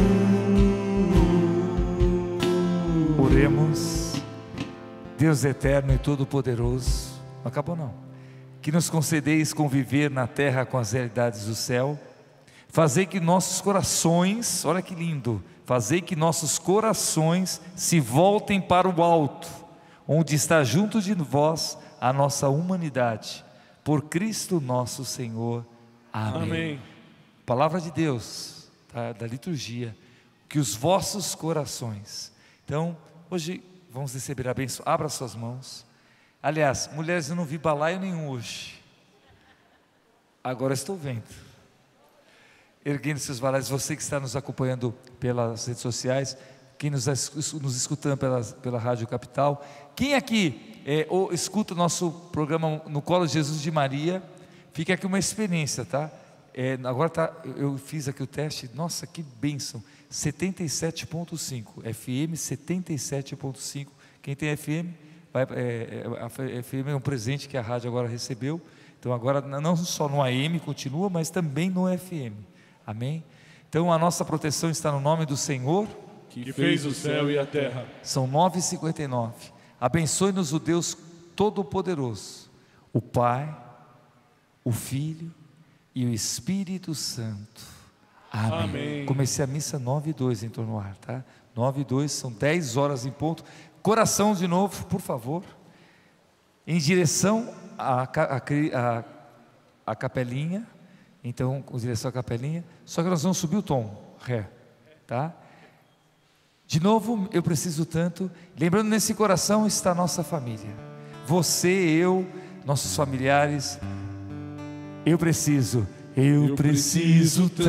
Speaker 2: Oremos. Deus eterno e todo-poderoso, não acabou não, que nos concedeis conviver na terra com as realidades do céu. Fazei que nossos corações, olha que lindo, fazei que nossos corações se voltem para o alto, onde está junto de vós a nossa humanidade, por Cristo nosso Senhor. Amém.
Speaker 1: Amém.
Speaker 2: Palavra de Deus, da liturgia, que os vossos corações. Então, hoje vamos receber a bênção. Abra suas mãos. Aliás, mulheres, eu não vi balaio nenhum hoje. Agora estou vendo. Erguendo seus balaios, você que está nos acompanhando pelas redes sociais, quem nos escutando pela Rádio Capital, quem aqui escuta o nosso programa No Colo de Jesus de Maria, fica aqui uma experiência, tá? Agora eu fiz aqui o teste, nossa, que bênção, 77.5, FM 77.5, quem tem FM, a FM é um presente que a rádio agora recebeu, então agora não só no AM continua, mas também no FM, amém? Então a nossa proteção está no nome do Senhor,
Speaker 1: que fez o céu e a terra.
Speaker 2: São 9h59, abençoe-nos o Deus Todo-Poderoso, o Pai, o Filho e o Espírito Santo. Amém.
Speaker 1: Amém.
Speaker 2: Comecei a missa 9h02, entrou no ar, tá? 9h02, são 10 horas em ponto. Coração de novo, por favor, em direção à capelinha. Então, com direção à capelinha, só que nós vamos subir o tom, Ré, tá? De novo, eu preciso tanto. Lembrando, nesse coração está a nossa família, você, eu, nossos familiares. Eu preciso tanto.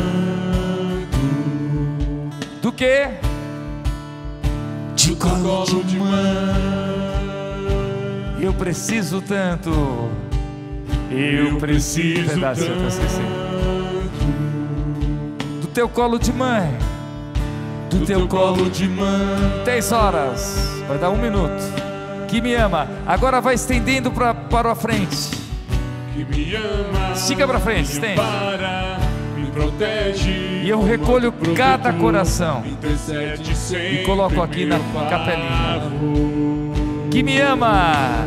Speaker 2: Do que? De colo de mãe. Eu preciso tanto. Eu preciso tanto. Do teu colo de mãe. Do teu colo de mãe. 10 horas. Vai dar 1 minuto. Que me ama. Agora vai estendendo para a frente.
Speaker 1: Que me ama,
Speaker 2: estica para frente, estende.
Speaker 1: Me protege.
Speaker 2: E eu recolho cada coração
Speaker 1: Intercede sempre,
Speaker 2: e coloco aqui na capelinha. Que me ama,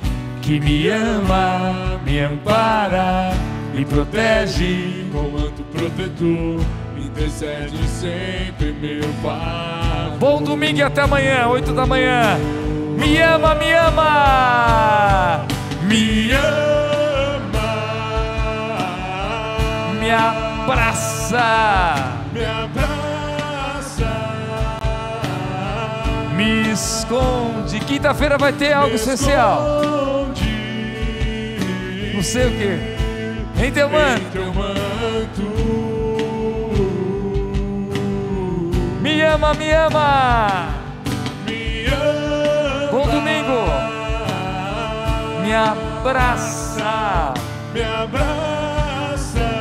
Speaker 2: me ampara, me protege.
Speaker 1: Com manto protetor, intercede sempre, meu Pai.
Speaker 2: Bom domingo e até amanhã, 8 da manhã. Me ama, me ama,
Speaker 1: Me ama,
Speaker 2: me abraça,
Speaker 1: me abraça,
Speaker 2: me esconde. Quinta-feira vai ter algo especial. Não sei o que. Em teu manto.
Speaker 1: Em teu manto.
Speaker 2: Me ama, me ama.
Speaker 1: Me ama.
Speaker 2: Bom domingo. Me abraça,
Speaker 1: Me abraça,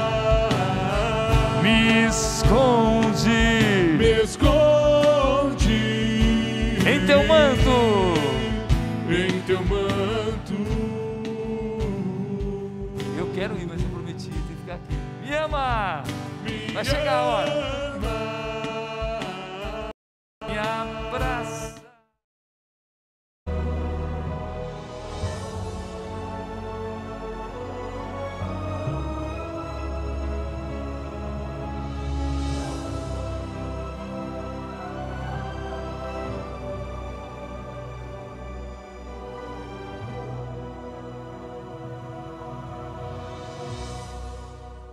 Speaker 2: me esconde.
Speaker 1: me esconde
Speaker 2: Em teu manto.
Speaker 1: em teu manto.
Speaker 2: Eu quero ir, mas eu prometi, tem que ficar aqui. Me ama. Vai chegar a hora.